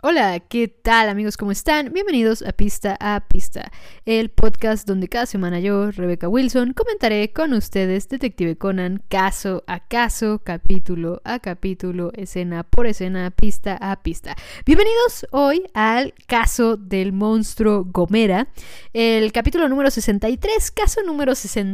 Hola, ¿qué tal amigos? ¿Cómo están? Bienvenidos a Pista, el podcast donde cada semana yo, Rebecca Wilson, comentaré con ustedes Detective Conan caso a caso, capítulo a capítulo, escena por escena, pista a pista. Bienvenidos hoy al caso del monstruo Gomera, el capítulo número 63, caso número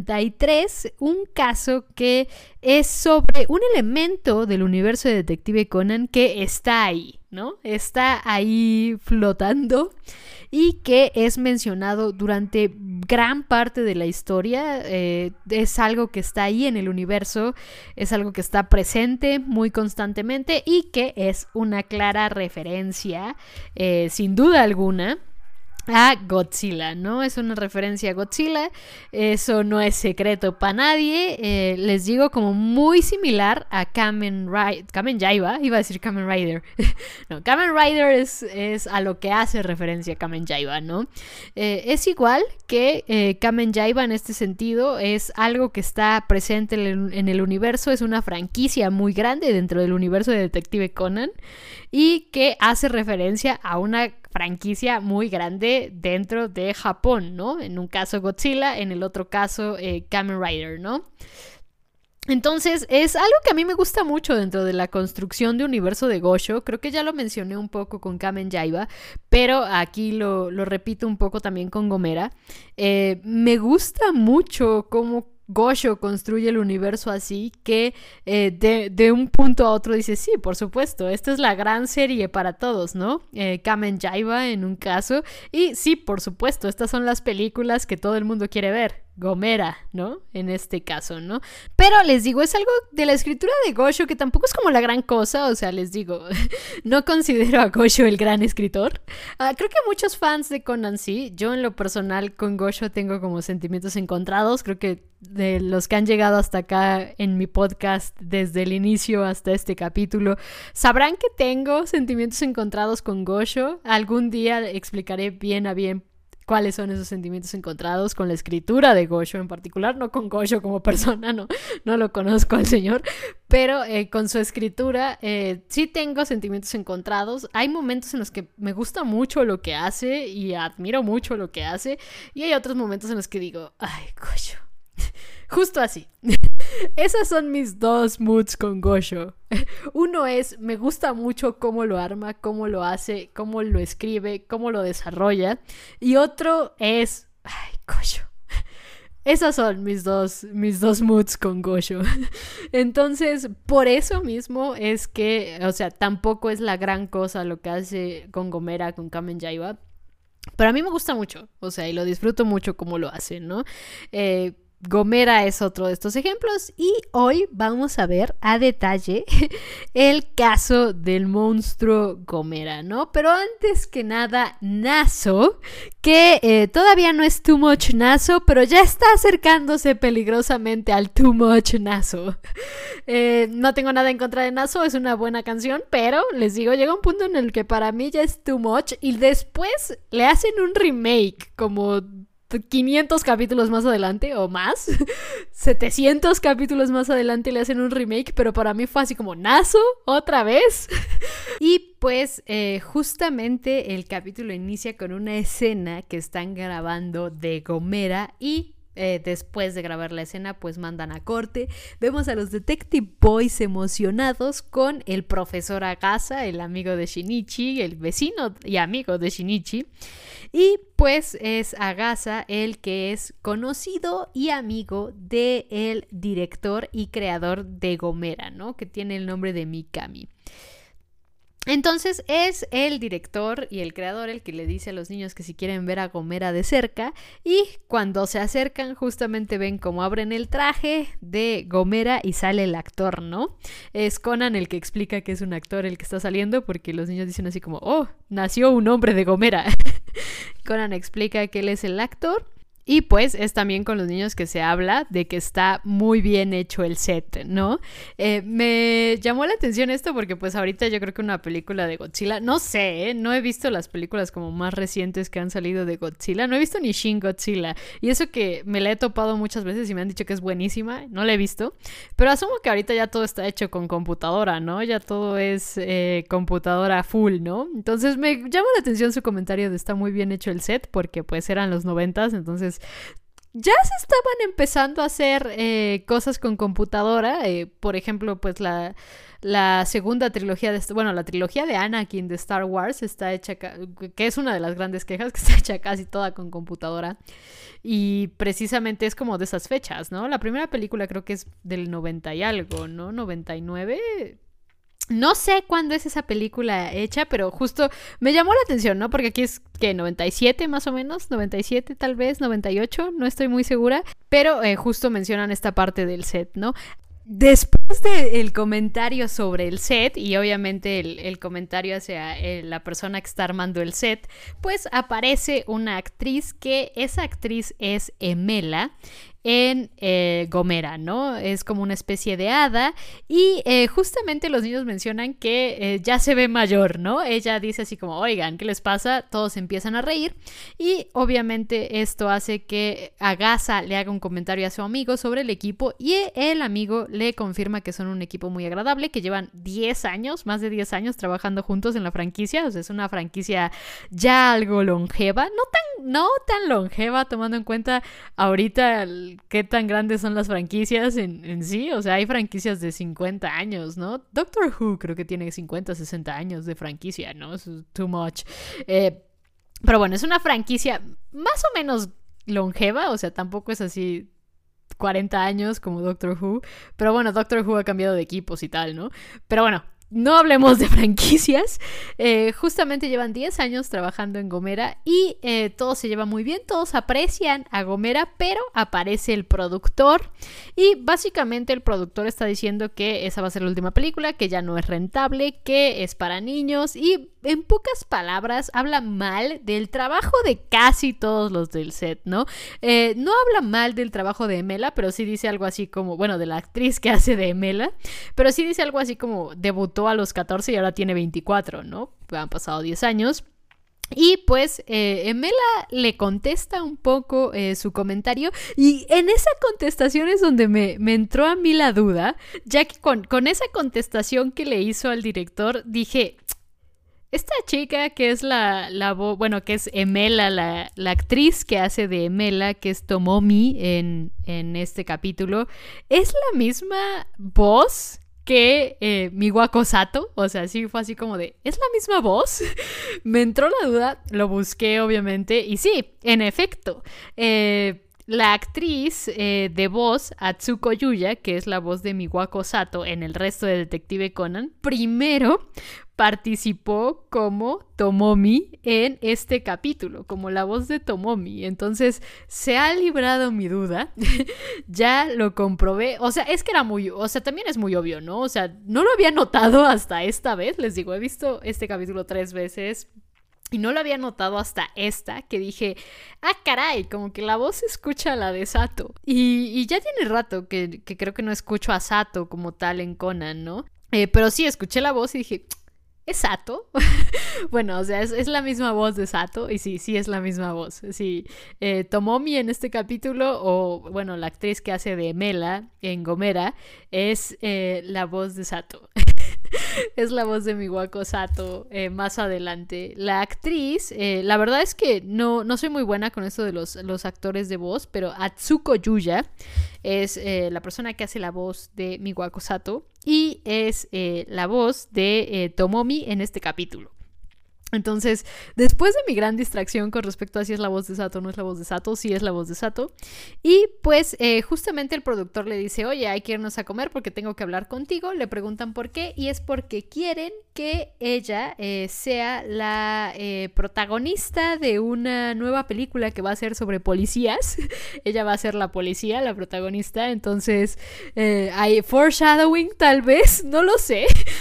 63, un caso que es sobre un elemento del universo de Detective Conan que está ahí, ¿no? Está ahí flotando y que es mencionado durante gran parte de la historia. Es algo que está ahí en el universo, es algo que está presente muy constantemente y que es una clara referencia, sin duda alguna, a Godzilla, ¿no? Es una referencia a Godzilla, eso no es secreto para nadie. Les digo, como muy similar a Kamen Yaiba, iba a decir Kamen Rider. No, Kamen Rider es a lo que hace referencia Kamen Yaiba, ¿no? Es igual que Kamen Yaiba en este sentido, es algo que está presente en el universo, es una franquicia muy grande dentro del universo de Detective Conan y que hace referencia a una franquicia muy grande dentro de Japón, ¿no? En un caso Godzilla, en el otro caso Kamen Rider, ¿no? Entonces es algo que a mí me gusta mucho dentro de la construcción de universo de Gosho. Creo que ya lo mencioné un poco con Kamen Yaiba, pero aquí lo repito un poco también con Gomera. Me gusta mucho cómo Gosho construye el universo así que de un punto a otro dice, sí, por supuesto, esta es la gran serie para todos, ¿no? Kamen Yaiba en un caso, y sí, por supuesto, estas son las películas que todo el mundo quiere ver. Gomera, ¿no? En este caso, ¿no? Pero les digo, es algo de la escritura de Gosho que tampoco es como la gran cosa, o sea, les digo, no considero a Gosho el gran escritor. Creo que muchos fans de Conan sí. Yo en lo personal con Gosho tengo como sentimientos encontrados. Creo que de los que han llegado hasta acá en mi podcast desde el inicio hasta este capítulo sabrán que tengo sentimientos encontrados con Gosho. Algún día explicaré bien a bien cuáles son esos sentimientos encontrados con la escritura de Gosho en particular, no con Gosho como persona, no lo conozco al señor, pero con su escritura sí tengo sentimientos encontrados. Hay momentos en los que me gusta mucho lo que hace y admiro mucho lo que hace, y hay otros momentos en los que digo, ay, Gosho, justo así. Esas son mis dos moods con Gosho. Uno es, me gusta mucho cómo lo arma, cómo lo hace, cómo lo escribe, cómo lo desarrolla. Y otro es, ay, Gosho. Esas son mis dos moods con Gosho. Entonces, por eso mismo es que, o sea, tampoco es la gran cosa lo que hace con Gomera, con Kamen Yaiba. Pero a mí me gusta mucho, o sea, y lo disfruto mucho cómo lo hace, ¿no? Gomera es otro de estos ejemplos y hoy vamos a ver a detalle el caso del monstruo Gomera, ¿no? Pero antes que nada, Naso, que todavía no es too much Naso, pero ya está acercándose peligrosamente al too much Naso. No tengo nada en contra de Naso, es una buena canción, pero les digo, llega un punto en el que para mí ya es too much y después le hacen un remake como 500 capítulos más adelante o más, 700 capítulos más adelante le hacen un remake, pero para mí fue así como, ¿Naso? ¿Otra vez? Y pues justamente el capítulo inicia con una escena que están grabando de Gomera y después de grabar la escena pues mandan a corte. Vemos a los Detective Boys emocionados con el profesor Agasa, el amigo de Shinichi, el vecino y amigo de Shinichi, y pues es Agasa el que es conocido y amigo del director y creador de Gomera, ¿no? Que tiene el nombre de Mikami. Entonces es el director y el creador el que le dice a los niños que si quieren ver a Gomera de cerca, y cuando se acercan justamente ven cómo abren el traje de Gomera y sale el actor, ¿no? Es Conan el que explica que es un actor el que está saliendo, porque los niños dicen así como, oh, nació un hombre de Gomera. Conan explica que él es el actor Y pues es también con los niños que se habla de que está muy bien hecho el set, ¿no? Me llamó la atención esto porque pues ahorita yo creo que una película de Godzilla, no sé, no he visto las películas como más recientes que han salido de Godzilla, no he visto ni Shin Godzilla, y eso que me la he topado muchas veces y me han dicho que es buenísima, no la he visto, pero asumo que ahorita ya todo está hecho con computadora, ¿no? Ya todo es computadora full, ¿no? Entonces me llama la atención su comentario de está muy bien hecho el set porque pues eran los 90s, entonces ya se estaban empezando a hacer cosas con computadora. Por ejemplo, pues la segunda trilogía de... Bueno, la trilogía de Anakin de Star Wars está hecha... Que es una de las grandes quejas, que está hecha casi toda con computadora. Y precisamente es como de esas fechas, ¿no? La primera película creo que es del 90 y algo, ¿no? 99... No sé cuándo es esa película hecha, pero justo me llamó la atención, ¿no? Porque aquí es que 97 más o menos, 97 tal vez, 98, no estoy muy segura, pero justo mencionan esta parte del set, ¿no? Después del comentario sobre el set y obviamente el comentario hacia la persona que está armando el set, pues aparece una actriz que esa actriz es Emela en Gomera, ¿no? Es como una especie de hada y justamente los niños mencionan que ya se ve mayor, ¿no? Ella dice así como, oigan, ¿qué les pasa? Todos empiezan a reír y obviamente esto hace que Agasa le haga un comentario a su amigo sobre el equipo y el amigo le confirma que son un equipo muy agradable, que llevan 10 años, más de 10 años trabajando juntos en la franquicia, o sea, es una franquicia ya algo longeva, no tan longeva tomando en cuenta ahorita qué tan grandes son las franquicias en sí, o sea, hay franquicias de 50 años, ¿no? Doctor Who creo que tiene 50, 60 años de franquicia, ¿no? Es too much. Pero bueno, es una franquicia más o menos longeva, o sea, tampoco es así 40 años como Doctor Who, pero bueno, Doctor Who ha cambiado de equipos y tal, ¿no? Pero bueno, no hablemos de franquicias. Justamente llevan 10 años trabajando en Gomera y todo se lleva muy bien, todos aprecian a Gomera, pero aparece el productor y básicamente el productor está diciendo que esa va a ser la última película, que ya no es rentable, que es para niños y en pocas palabras habla mal del trabajo de casi todos los del set, ¿no? No habla mal del trabajo de Emela, pero sí dice algo así como, bueno, de la actriz que hace de Emela, pero sí dice algo así como debutó a los 14 y ahora tiene 24, ¿no? Han pasado 10 años. Y pues Emela le contesta un poco su comentario y en esa contestación es donde me entró a mí la duda, ya que con esa contestación que le hizo al director dije, esta chica que es que es Emela, la actriz que hace de Emela, que es Tomomi en este capítulo, ¿es la misma voz que Miwako Sato? O sea, sí fue así como de, ¿es la misma voz? Me entró la duda, lo busqué obviamente y sí, en efecto, la actriz de voz, Atsuko Yuya, que es la voz de Miwako Sato en el resto de Detective Conan, primero participó como Tomomi en este capítulo, como la voz de Tomomi. Entonces se ha librado mi duda. Ya lo comprobé. O sea, es que también es muy obvio, ¿no? O sea, no lo había notado hasta esta vez. Les digo, he visto este capítulo 3 veces y no lo había notado hasta esta, que dije, caray, como que la voz se escucha a la de Sato. Y ya tiene rato que creo que no escucho a Sato como tal en Conan, ¿no? Pero sí, escuché la voz y dije, ¿es Sato? Bueno, o sea, es la misma voz de Sato y sí es la misma voz. Sí, Tomomi en este capítulo, o bueno, la actriz que hace de Mela en Gomera, es la voz de Sato. Es la voz de Miwako Sato más adelante. La actriz, la verdad es que no soy muy buena con esto de los actores de voz, pero Atsuko Yuya es la persona que hace la voz de Miwako Sato y es la voz de Tomomi en este capítulo. Entonces, después de mi gran distracción con respecto a si es la voz de Sato o no es la voz de Sato, sí es la voz de Sato. Y pues justamente el productor le dice, oye, hay que irnos a comer porque tengo que hablar contigo. Le preguntan por qué y es porque quieren que ella sea la protagonista de una nueva película que va a ser sobre policías. Ella va a ser la policía, la protagonista. Entonces, hay foreshadowing tal vez, no lo sé.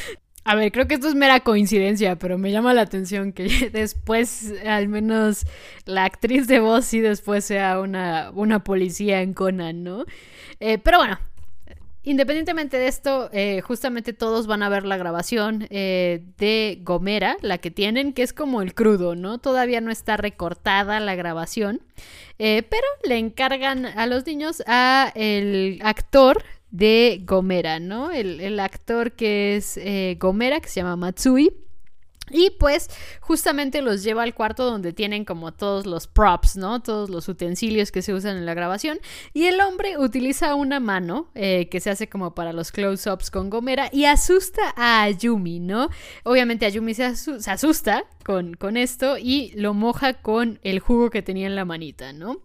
A ver, creo que esto es mera coincidencia, pero me llama la atención que después, al menos la actriz de voz sí después sea una policía en Conan, ¿no? Pero bueno, independientemente de esto, justamente todos van a ver la grabación de Gomera, la que tienen, que es como el crudo, ¿no? Todavía no está recortada la grabación, pero le encargan a los niños a el actor de Gomera, ¿no? El actor que es Gomera, que se llama Matsui. Y pues justamente los lleva al cuarto donde tienen como todos los props, ¿no? Todos los utensilios que se usan en la grabación. Y el hombre utiliza una mano que se hace como para los close-ups con Gomera y asusta a Ayumi, ¿no? Obviamente Ayumi se asusta con esto y lo moja con el jugo que tenía en la manita, ¿no?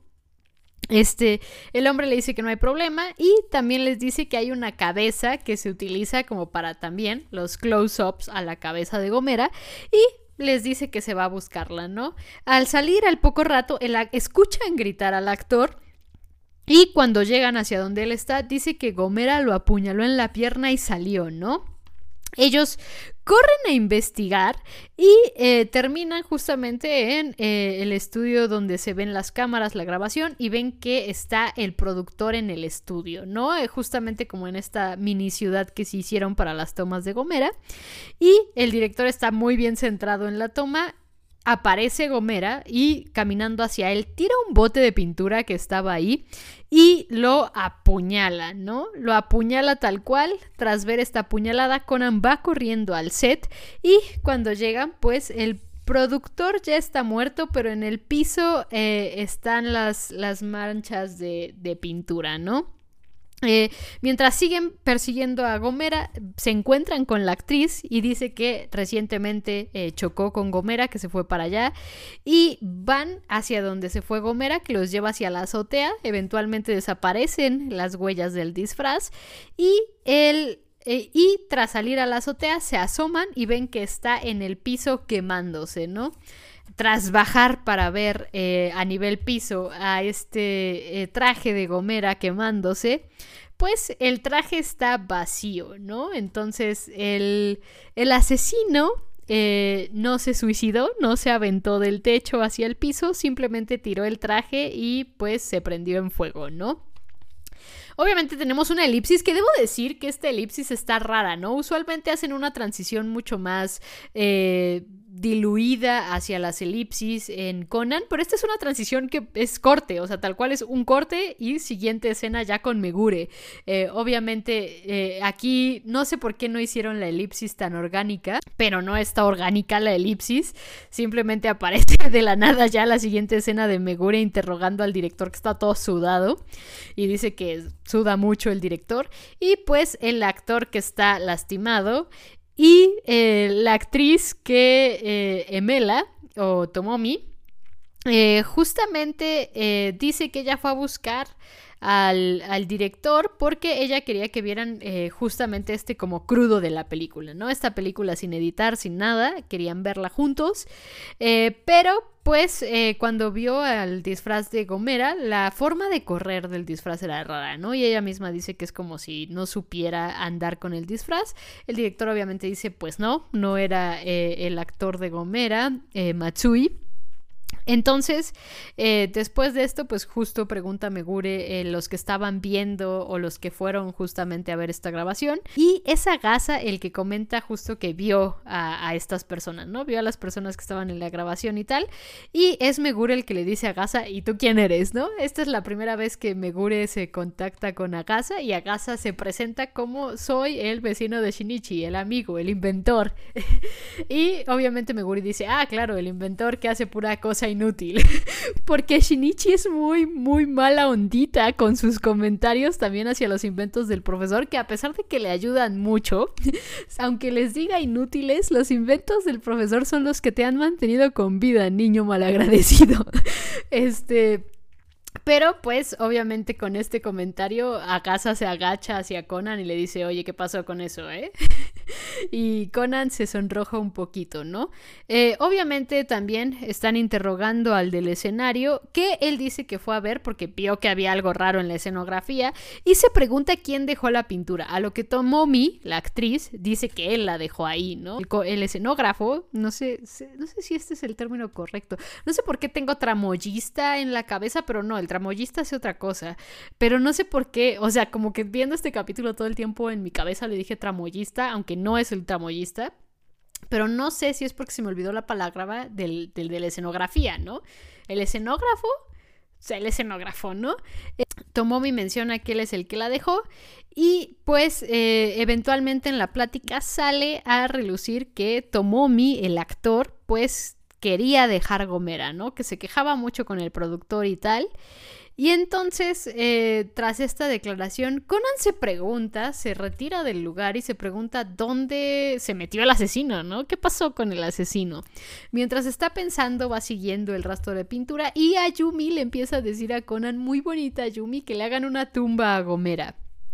El hombre le dice que no hay problema y también les dice que hay una cabeza que se utiliza como para también los close-ups a la cabeza de Gomera y les dice que se va a buscarla, ¿no? Al salir al poco rato, escuchan gritar al actor y cuando llegan hacia donde él está, dice que Gomera lo apuñaló en la pierna y salió, ¿no? Ellos corren a investigar y terminan justamente en el estudio donde se ven las cámaras, la grabación, y ven que está el productor en el estudio, ¿no? Justamente como en esta mini ciudad que se hicieron para las tomas de Gomera. Y el director está muy bien centrado en la toma. Aparece Gomera y caminando hacia él tira un bote de pintura que estaba ahí y lo apuñala, ¿no? Lo apuñala tal cual. Tras ver esta apuñalada, Conan va corriendo al set y cuando llegan, pues el productor ya está muerto, pero en el piso están las manchas de pintura, ¿no? Mientras siguen persiguiendo a Gomera, se encuentran con la actriz y dice que recientemente chocó con Gomera, que se fue para allá, y van hacia donde se fue Gomera, que los lleva hacia la azotea. Eventualmente desaparecen las huellas del disfraz y tras salir a la azotea se asoman y ven que está en el piso quemándose, ¿no? Tras bajar para ver a nivel piso a este traje de Gomera quemándose, pues el traje está vacío, ¿no? Entonces el asesino no se suicidó, no se aventó del techo hacia el piso, simplemente tiró el traje y pues se prendió en fuego, ¿no? Obviamente tenemos una elipsis que debo decir que esta elipsis está rara, ¿no? Usualmente hacen una transición mucho más diluida hacia las elipsis en Conan, pero esta es una transición que es corte, o sea, tal cual es un corte y siguiente escena ya con Megure. Obviamente aquí no sé por qué no hicieron la elipsis tan orgánica, pero no está orgánica la elipsis, simplemente aparece de la nada ya la siguiente escena de Megure interrogando al director que está todo sudado y dice que suda mucho el director y pues el actor que está lastimado y la actriz que Emela o Tomomi justamente dice que ella fue a buscar al director porque ella quería que vieran justamente como crudo de la película, ¿no? Esta película sin editar, sin nada, querían verla juntos, pero pues cuando vio al disfraz de Gomera, la forma de correr del disfraz era rara, ¿no? Y ella misma dice que es como si no supiera andar con el disfraz. El director obviamente dice, pues no era el actor de Gomera, Matsui. Entonces, después de esto, pues justo pregunta Megure los que estaban viendo o los que fueron justamente a ver esta grabación. Y es Agasa el que comenta justo que vio a estas personas, ¿no? Vio a las personas que estaban en la grabación y tal. Y es Megure el que le dice a Agasa, ¿y tú quién eres, no? Esta es la primera vez que Megure se contacta con Agasa y Agasa se presenta como soy el vecino de Shinichi, el amigo, el inventor. Y obviamente Megure dice, claro, el inventor que hace pura cosa inútil. Porque Shinichi es muy, muy mala ondita con sus comentarios también hacia los inventos del profesor, que a pesar de que le ayudan mucho, aunque les diga inútiles, los inventos del profesor son los que te han mantenido con vida, niño malagradecido. Pero pues obviamente con este comentario Agasa se agacha hacia Conan y le dice, oye, ¿qué pasó con eso, Y Conan se sonroja un poquito, ¿no? Obviamente también están interrogando al del escenario, que él dice que fue a ver porque vio que había algo raro en la escenografía y se pregunta quién dejó la pintura, a lo que Tomomi, la actriz, dice que él la dejó ahí, ¿no? El escenógrafo, no sé si este es el término correcto, no sé por qué tengo tramoyista en la cabeza, pero no, el tramoyista hace otra cosa, pero no sé por qué, o sea, como que viendo este capítulo todo el tiempo en mi cabeza le dije tramoyista, aunque no es el tramoyista, pero no sé si es porque se me olvidó la palabra de la escenografía, ¿no? El escenógrafo, o sea, el escenógrafo, ¿no? Tomomi menciona que él es el que la dejó y pues eventualmente en la plática sale a relucir que Tomomi, el actor, pues quería dejar Gomera, ¿no? Que se quejaba mucho con el productor y tal. Y entonces, tras esta declaración, Conan se retira del lugar y se pregunta dónde se metió el asesino, ¿no? ¿Qué pasó con el asesino? Mientras está pensando, va siguiendo el rastro de pintura y a Yumi le empieza a decir a Conan, muy bonita Yumi, que le hagan una tumba a Gomera.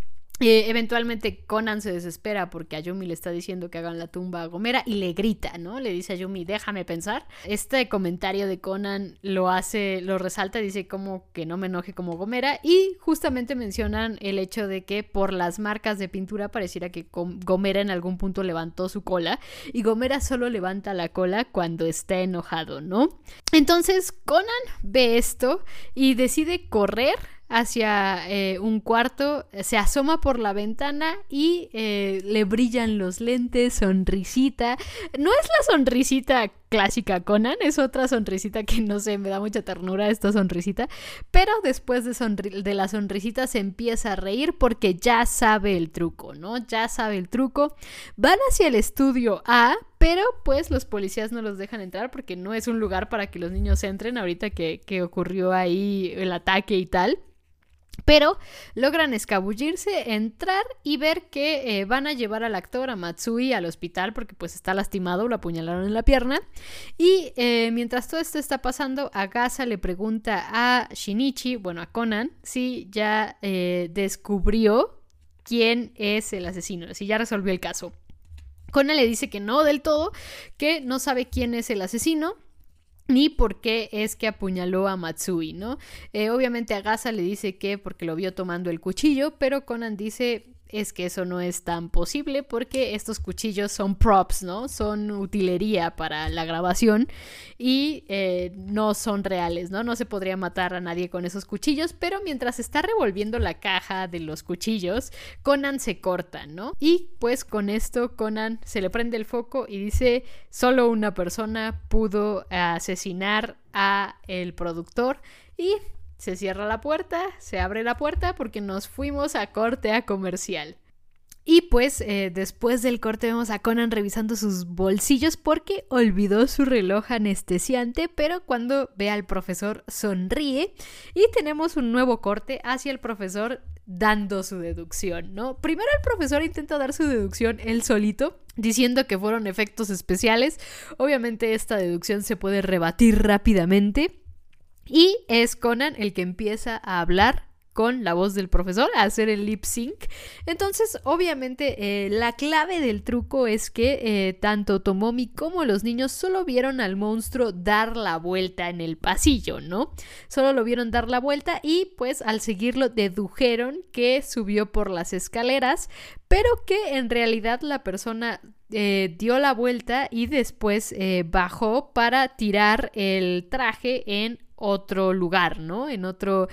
Eventualmente Conan se desespera porque a Yumi le está diciendo que hagan la tumba a Gomera y le grita, ¿no? Le dice a Yumi, déjame pensar. Este comentario de Conan lo resalta, dice como que no me enoje como Gomera y justamente mencionan el hecho de que por las marcas de pintura pareciera que Gomera en algún punto levantó su cola y Gomera solo levanta la cola cuando está enojado, ¿no? Entonces Conan ve esto y decide correr hacia un cuarto, se asoma por la ventana y le brillan los lentes, sonrisita. No es la sonrisita clásica Conan, es otra sonrisita que no sé, me da mucha ternura esta sonrisita, pero después de la sonrisita se empieza a reír porque ya sabe el truco, ¿no? Ya sabe el truco. Van hacia el estudio A, pero pues los policías no los dejan entrar porque no es un lugar para que los niños entren ahorita que ocurrió ahí el ataque y tal. Pero logran escabullirse, entrar y ver que van a llevar al actor, a Matsui, al hospital porque pues está lastimado, lo apuñalaron en la pierna. Y mientras todo esto está pasando, Agasa le pregunta a Shinichi, bueno a Conan, si ya descubrió quién es el asesino, si ya resolvió el caso. Conan le dice que no del todo, que no sabe quién es el asesino ni por qué es que apuñaló a Matsui, ¿no? Obviamente Agasa le dice que porque lo vio tomando el cuchillo, pero Conan dice es que eso no es tan posible porque estos cuchillos son props, ¿no? Son utilería para la grabación y no son reales, ¿no? No se podría matar a nadie con esos cuchillos, pero mientras está revolviendo la caja de los cuchillos, Conan se corta, ¿no? Y pues con esto Conan se le prende el foco y dice, solo una persona pudo asesinar a el productor y se cierra la puerta, se abre la puerta porque nos fuimos a corte a comercial. Y pues después del corte vemos a Conan revisando sus bolsillos porque olvidó su reloj anestesiante, pero cuando ve al profesor sonríe y tenemos un nuevo corte hacia el profesor dando su deducción, ¿no? Primero el profesor intenta dar su deducción él solito, diciendo que fueron efectos especiales. Obviamente esta deducción se puede rebatir rápidamente. Y es Conan el que empieza a hablar con la voz del profesor, a hacer el lip sync. Entonces, obviamente, la clave del truco es que tanto Tomomi como los niños solo vieron al monstruo dar la vuelta en el pasillo, ¿no? Solo lo vieron dar la vuelta y, pues, al seguirlo dedujeron que subió por las escaleras, pero que en realidad la persona dio la vuelta y después bajó para tirar el traje en otro lugar, ¿no? En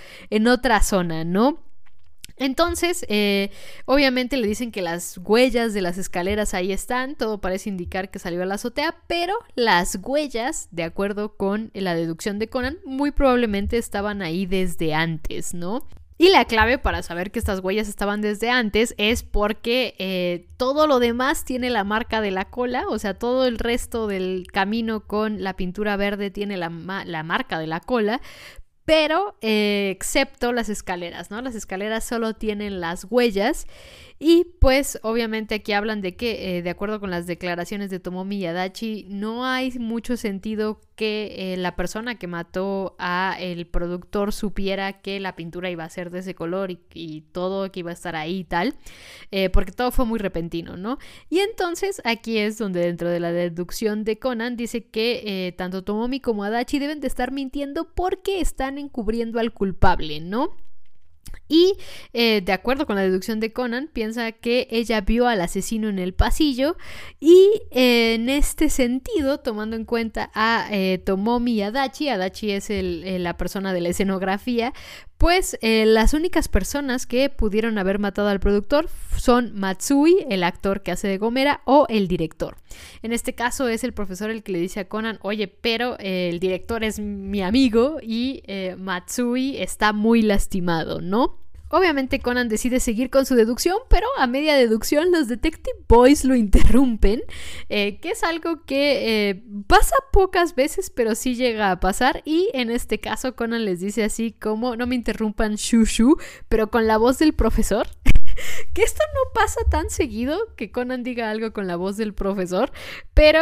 otra zona, ¿no? Entonces, obviamente le dicen que las huellas de las escaleras ahí están, todo parece indicar que salió a la azotea, pero las huellas, de acuerdo con la deducción de Conan, muy probablemente estaban ahí desde antes, ¿no? Y la clave para saber que estas huellas estaban desde antes es porque todo lo demás tiene la marca de la cola, o sea, todo el resto del camino con la pintura verde tiene la marca de la cola, pero excepto las escaleras, ¿no? Las escaleras solo tienen las huellas Y pues obviamente aquí hablan de que de acuerdo con las declaraciones de Tomomi y Adachi, no hay mucho sentido que la persona que mató a el productor supiera que la pintura iba a ser de ese color y todo, que iba a estar ahí y tal, porque todo fue muy repentino, ¿no? Y entonces aquí es donde dentro de la deducción de Conan dice que tanto Tomomi como Adachi deben de estar mintiendo porque están encubriendo al culpable, ¿no? Y de acuerdo con la deducción de Conan, piensa que ella vio al asesino en el pasillo y en este sentido, tomando en cuenta a Tomomi y Adachi es la persona de la escenografía, pues las únicas personas que pudieron haber matado al productor son Matsui, el actor que hace de Gomera, o el director. En este caso es el profesor el que le dice a Conan, oye, pero el director es mi amigo y Matsui está muy lastimado, ¿no? Obviamente Conan decide seguir con su deducción, pero a media deducción los Detective Boys lo interrumpen, que es algo que pasa pocas veces, pero sí llega a pasar, y en este caso Conan les dice así como, no me interrumpan, shushu, pero con la voz del profesor. Que esto no pasa tan seguido, que Conan diga algo con la voz del profesor, pero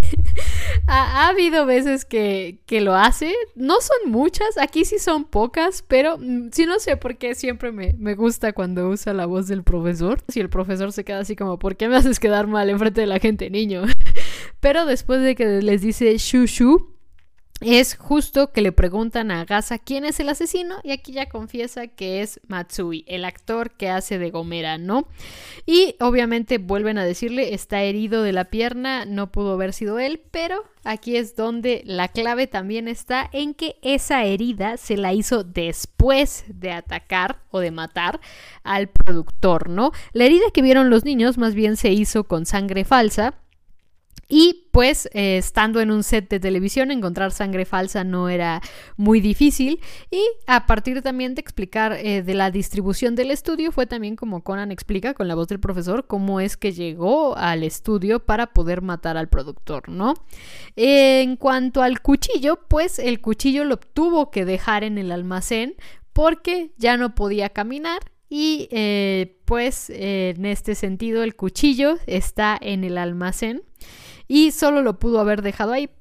ha habido veces que lo hace. No son muchas, aquí sí son pocas, pero sí, no sé por qué siempre me gusta cuando usa la voz del profesor. Si el profesor se queda así como, ¿por qué me haces quedar mal enfrente de la gente, niño? Pero después de que les dice shushu, es justo que le preguntan a Gasa quién es el asesino, y aquí ya confiesa que es Matsui, el actor que hace de Gomera, ¿no? Y obviamente vuelven a decirle, está herido de la pierna, no pudo haber sido él, pero aquí es donde la clave también está en que esa herida se la hizo después de atacar o de matar al productor, ¿no? La herida que vieron los niños más bien se hizo con sangre falsa. Y pues estando en un set de televisión, encontrar sangre falsa no era muy difícil, y a partir también de explicar de la distribución del estudio, fue también como Conan explica con la voz del profesor cómo es que llegó al estudio para poder matar al productor, ¿no? En cuanto al cuchillo, pues el cuchillo lo tuvo que dejar en el almacén porque ya no podía caminar. Y pues en este sentido el cuchillo está en el almacén y solo lo pudo haber dejado ahí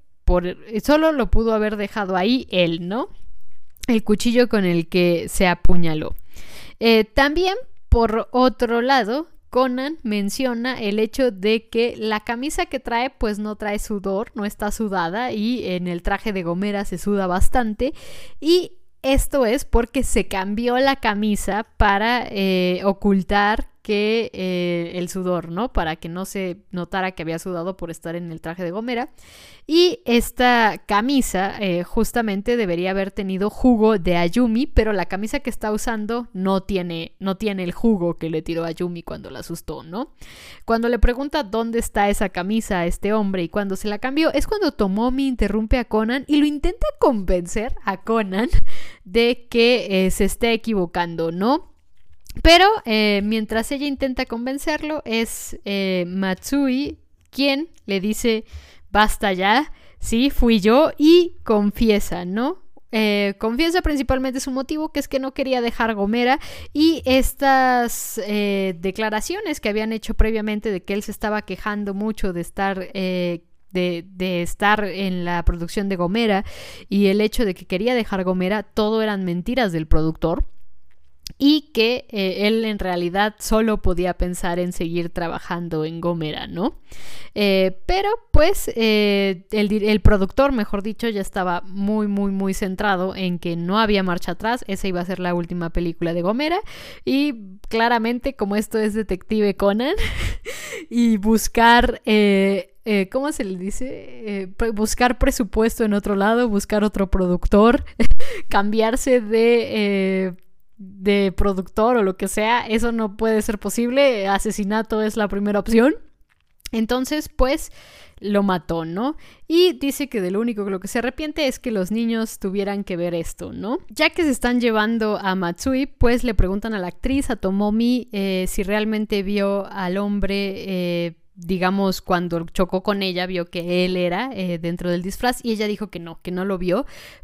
él, ¿no? El cuchillo con el que se apuñaló. También, por otro lado, Conan menciona el hecho de que la camisa que trae pues no trae sudor, no está sudada, y en el traje de Gomera se suda bastante, y esto es porque se cambió la camisa para ocultar que el sudor, ¿no? Para que no se notara que había sudado por estar en el traje de Gomera. Y esta camisa justamente debería haber tenido jugo de Ayumi, pero la camisa que está usando no tiene el jugo que le tiró Ayumi cuando la asustó, ¿no? Cuando le pregunta dónde está esa camisa a este hombre y cuándo se la cambió, es cuando Tomomi interrumpe a Conan y lo intenta convencer a Conan de que se está equivocando, ¿no? Pero mientras ella intenta convencerlo, es Matsui quien le dice, basta ya, sí, fui yo, y confiesa, ¿no? Confiesa principalmente su motivo, que es que no quería dejar Gomera, y estas declaraciones que habían hecho previamente de que él se estaba quejando mucho de estar... De estar en la producción de Gomera, y el hecho de que quería dejar Gomera, todo eran mentiras del productor, y que él en realidad solo podía pensar en seguir trabajando en Gomera, ¿no? Pero pues el productor, mejor dicho, ya estaba muy centrado en que no había marcha atrás, esa iba a ser la última película de Gomera, y claramente, como esto es Detective Conan y buscar... ¿cómo se le dice? Buscar presupuesto en otro lado, buscar otro productor, cambiarse de productor o lo que sea, eso no puede ser posible, asesinato es la primera opción. Entonces, pues, lo mató, ¿no? Y dice que de lo único que se arrepiente es que los niños tuvieran que ver esto, ¿no? Ya que se están llevando a Matsui, pues le preguntan a la actriz, a Tomomi, si realmente vio al hombre... digamos, cuando chocó con ella, vio que él era dentro del disfraz, y ella dijo que no lo vio,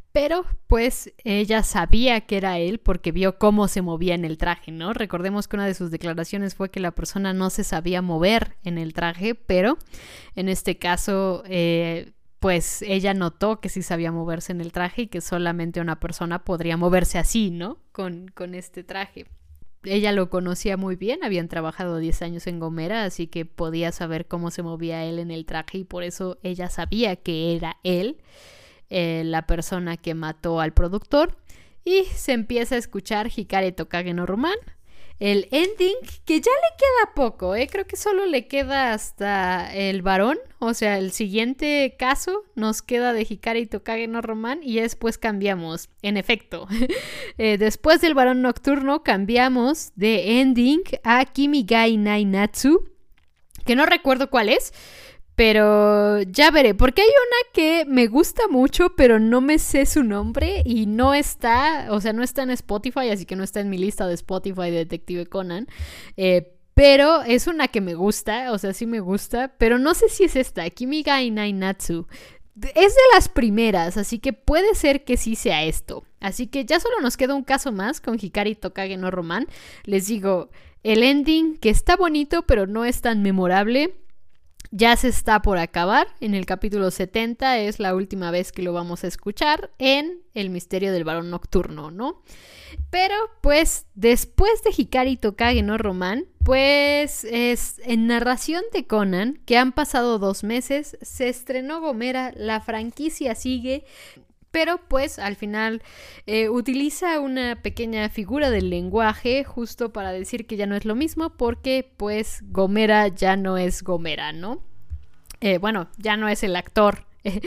Pero pues ella sabía que era él porque vio cómo se movía en el traje, ¿no? Recordemos que una de sus declaraciones fue que la persona no se sabía mover en el traje, pero en este caso pues ella notó que sí sabía moverse en el traje y que solamente una persona podría moverse así, ¿no? Con este traje. Ella lo conocía muy bien, habían trabajado 10 años en Gomera, así que podía saber cómo se movía él en el traje y por eso ella sabía que era él. La persona que mató al productor, y se empieza a escuchar Hikari Tokage no Roman, el ending, que ya le queda poco, creo que solo le queda hasta el varón, o sea, el siguiente caso nos queda de Hikari Tokage no Roman y después cambiamos, en efecto, después del varón nocturno cambiamos de ending a Kimigai Nai Natsu, que no recuerdo cuál es, pero ya veré, porque hay una que me gusta mucho, pero no me sé su nombre y no está, o sea, no está en Spotify, así que no está en mi lista de Spotify de Detective Conan. Pero es una que me gusta, o sea, sí me gusta, pero no sé si es esta, Kimigai Nai Natsu. Es de las primeras, así que puede ser que sí sea esto. Así que ya solo nos queda un caso más con Hikari Tokage no Roman. Les digo, el ending que está bonito, pero no es tan memorable. Ya se está por acabar, en el capítulo 70 es la última vez que lo vamos a escuchar en El misterio del varón nocturno, ¿no? Pero pues después de Hikari Tokage no Roman, pues es en narración de Conan, que han pasado 2 meses, se estrenó Gomera, la franquicia sigue, pero pues al final utiliza una pequeña figura del lenguaje justo para decir que ya no es lo mismo porque pues Gomera ya no es Gomera, ¿no? Bueno, ya no es el actor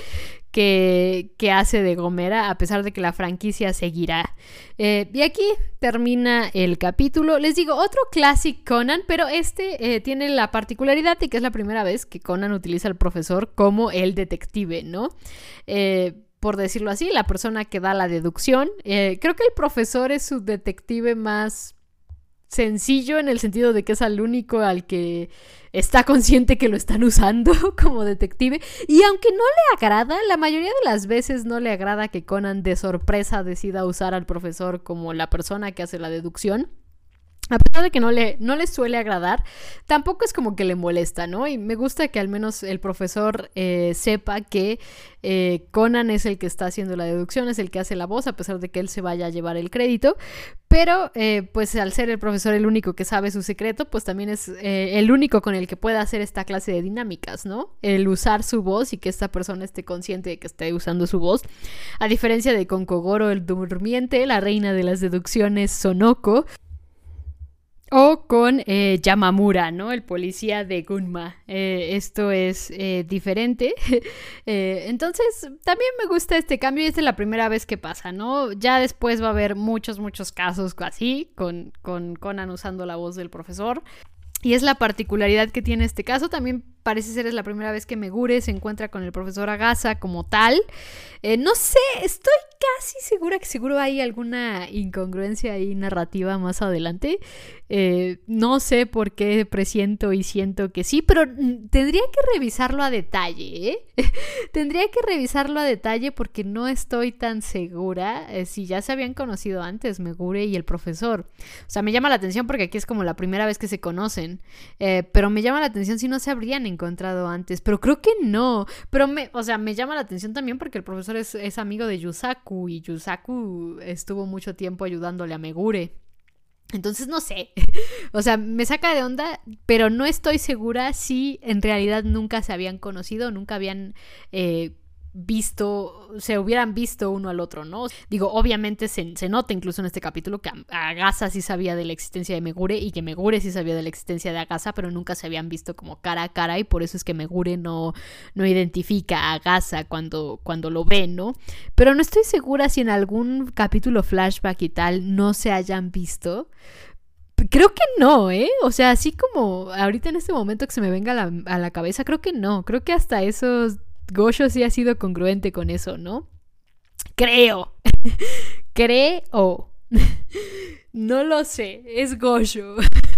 que hace de Gomera, a pesar de que la franquicia seguirá. Y aquí termina el capítulo. Les digo, otro Classic Conan, pero tiene la particularidad de que es la primera vez que Conan utiliza al profesor como el detective, ¿no? Por decirlo así, la persona que da la deducción. Creo que el profesor es su detective más sencillo en el sentido de que es el único al que está consciente que lo están usando como detective. Y aunque no le agrada, la mayoría de las veces no le agrada que Conan de sorpresa decida usar al profesor como la persona que hace la deducción. A pesar de que no le suele agradar, tampoco es como que le molesta, ¿no? Y me gusta que al menos el profesor sepa que Conan es el que está haciendo la deducción, es el que hace la voz, a pesar de que él se vaya a llevar el crédito. Pero pues al ser el profesor el único que sabe su secreto, pues también es el único con el que puede hacer esta clase de dinámicas, ¿no? El usar su voz y que esta persona esté consciente de que esté usando su voz. A diferencia de con Kogoro el durmiente, la reina de las deducciones Sonoko, o con Yamamura, ¿no? El policía de Gunma. Esto es diferente. Entonces, también me gusta este cambio y esta es la primera vez que pasa, ¿no? Ya después va a haber muchos casos así, con Conan usando la voz del profesor. Y es la particularidad que tiene este caso. También parece ser es la primera vez que Megure se encuentra con el profesor Agasa como tal. No sé, estoy casi segura que seguro hay alguna incongruencia ahí narrativa más adelante. No sé por qué presiento y siento que sí, pero tendría que revisarlo a detalle, ¿eh? Tendría que revisarlo a detalle porque no estoy tan segura si ya se habían conocido antes Megure y el profesor. O sea, me llama la atención porque aquí es como la primera vez que se conocen, pero me llama la atención si no se habrían encontrado antes, pero creo que no. Pero me llama la atención también porque el profesor es amigo de Yusaku y Yusaku estuvo mucho tiempo ayudándole a Megure. Entonces no sé, o sea, me saca de onda, pero no estoy segura si en realidad nunca se habían conocido, nunca habían se hubieran visto uno al otro, ¿no? Digo, obviamente se nota incluso en este capítulo que Agasa sí sabía de la existencia de Megure y que Megure sí sabía de la existencia de Agasa, pero nunca se habían visto como cara a cara y por eso es que Megure no identifica a Agasa cuando lo ve, ¿no? Pero no estoy segura si en algún capítulo flashback y tal no se hayan visto. Creo que no, ¿eh? O sea, así como ahorita en este momento que se me venga a la cabeza, creo que no. Creo que hasta esos Gosho sí ha sido congruente con eso, ¿no? Creo. Creo. No lo sé, es Gosho.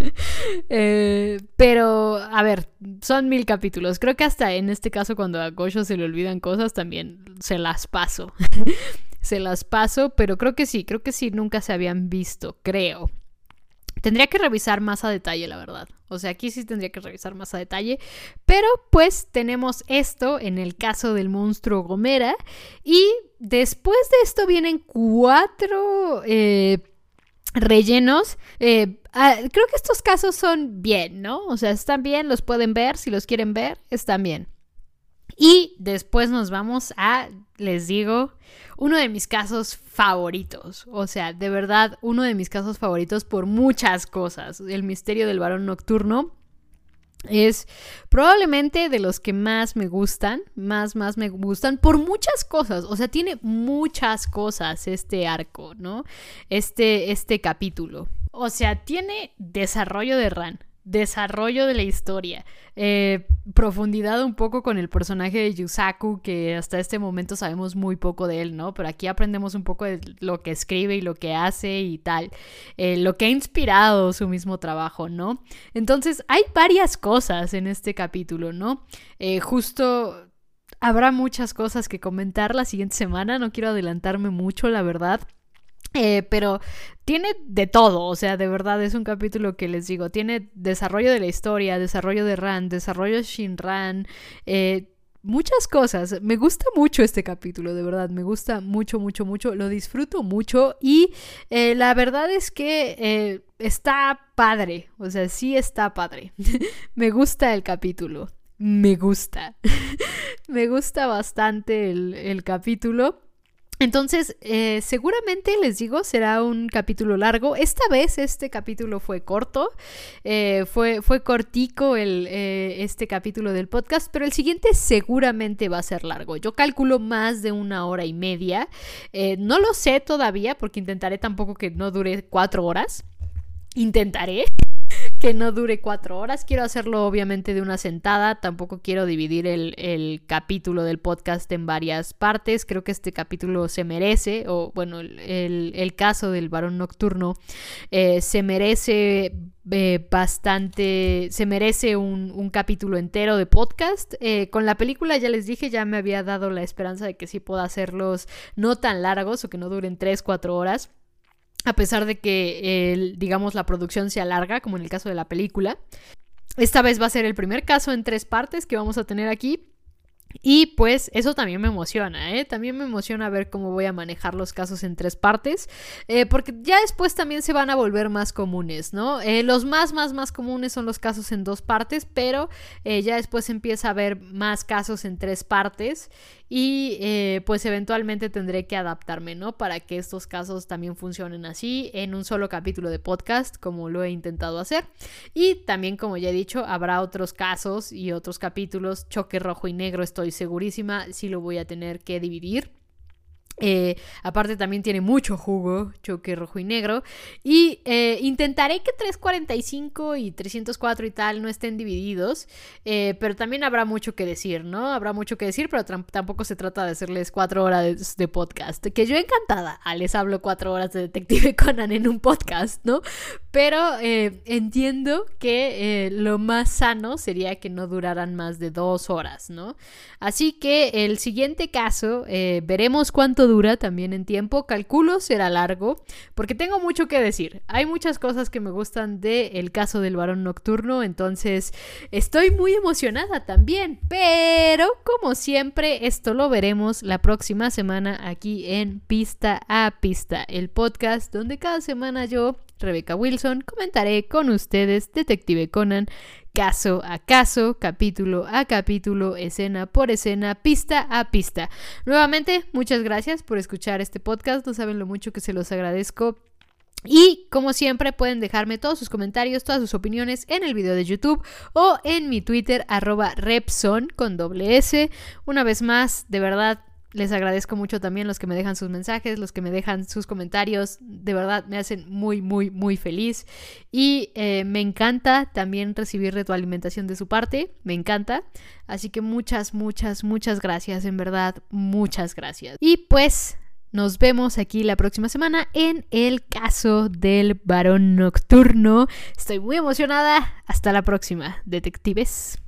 Pero, a ver, son 1000 capítulos. Creo que hasta en este caso cuando a Gosho se le olvidan cosas también se las paso. se las paso, pero creo que sí, nunca se habían visto, creo. Tendría que revisar más a detalle, la verdad. O sea, aquí sí tendría que revisar más a detalle. Pero pues tenemos esto en el caso del monstruo Gomera. Y después de esto vienen 4 rellenos. Creo que estos casos son bien, ¿no? O sea, están bien, los pueden ver. Si los quieren ver, están bien. Y después nos vamos a, les digo, uno de mis casos favoritos. O sea, de verdad, uno de mis casos favoritos por muchas cosas. El misterio del varón nocturno es probablemente de los que más me gustan. Más me gustan por muchas cosas. O sea, tiene muchas cosas este arco, ¿no? Este capítulo. O sea, tiene desarrollo de Ran. Desarrollo de la historia, profundidad un poco con el personaje de Yusaku, que hasta este momento sabemos muy poco de él, ¿no? Pero aquí aprendemos un poco de lo que escribe y lo que hace y tal, lo que ha inspirado su mismo trabajo, ¿no? Entonces hay varias cosas en este capítulo, ¿no? Justo habrá muchas cosas que comentar la siguiente semana, no quiero adelantarme mucho, la verdad. Pero tiene de todo, o sea, de verdad es un capítulo que les digo, tiene desarrollo de la historia, desarrollo de Ran, desarrollo de Shinran, muchas cosas. Me gusta mucho este capítulo, de verdad, me gusta mucho, lo disfruto mucho y la verdad es que está padre, o sea, sí está padre. Me gusta el capítulo, me gusta bastante el capítulo. Entonces, seguramente, les digo, será un capítulo largo. Esta vez este capítulo fue corto, fue cortico este capítulo del podcast, pero el siguiente seguramente va a ser largo. Yo calculo más de 1 hora y media. No lo sé todavía porque intentaré tampoco que no dure 4 horas. Intentaré que no dure 4 horas. Quiero hacerlo obviamente de una sentada. Tampoco quiero dividir el capítulo del podcast en varias partes. Creo que este capítulo se merece, o bueno, el caso del varón nocturno se merece bastante, se merece un capítulo entero de podcast. Con la película ya les dije, ya me había dado la esperanza de que sí pueda hacerlos no tan largos o que no duren 3-4 horas. A pesar de que, digamos, la producción se alarga, como en el caso de la película. Esta vez va a ser el primer caso en 3 partes que vamos a tener aquí. Y pues eso también me emociona, ¿eh? También me emociona ver cómo voy a manejar los casos en 3 partes. Porque ya después también se van a volver más comunes, ¿no? Los más comunes son los casos en 2 partes. Pero ya después empieza a haber más casos en 3 partes. Y pues eventualmente tendré que adaptarme, ¿no? Para que estos casos también funcionen así en un solo capítulo de podcast, como lo he intentado hacer. Y también, como ya he dicho, habrá otros casos y otros capítulos. Choque rojo y negro, estoy segurísima, sí lo voy a tener que dividir. Aparte también tiene mucho jugo, Choque rojo y negro. Y intentaré que 345 y 304 y tal no estén divididos. Pero también habrá mucho que decir, ¿no? Habrá mucho que decir, pero tampoco se trata de hacerles 4 horas de podcast. Que yo encantada les hablo 4 horas de Detective Conan en un podcast, ¿no? Pero entiendo que lo más sano sería que no duraran más de 2 horas, ¿no? Así que el siguiente caso, veremos cuánto dura también en tiempo. Calculo será largo, porque tengo mucho que decir. Hay muchas cosas que me gustan del caso del varón nocturno, entonces estoy muy emocionada también. Pero, como siempre, esto lo veremos la próxima semana aquí en Pista a Pista, el podcast donde cada semana yo, Rebecca Wilson, comentaré con ustedes Detective Conan, caso a caso, capítulo a capítulo, escena por escena, pista a pista. Nuevamente, muchas gracias por escuchar este podcast, no saben lo mucho que se los agradezco. Y como siempre pueden dejarme todos sus comentarios, todas sus opiniones en el video de YouTube o en mi Twitter @Repson con @S. Una vez más, de verdad, les agradezco mucho también los que me dejan sus mensajes, los que me dejan sus comentarios. De verdad me hacen muy feliz. Y me encanta también recibir retroalimentación de su parte. Me encanta. Así que muchas gracias. En verdad, muchas gracias. Y pues nos vemos aquí la próxima semana en el caso del varón nocturno. Estoy muy emocionada. Hasta la próxima, detectives.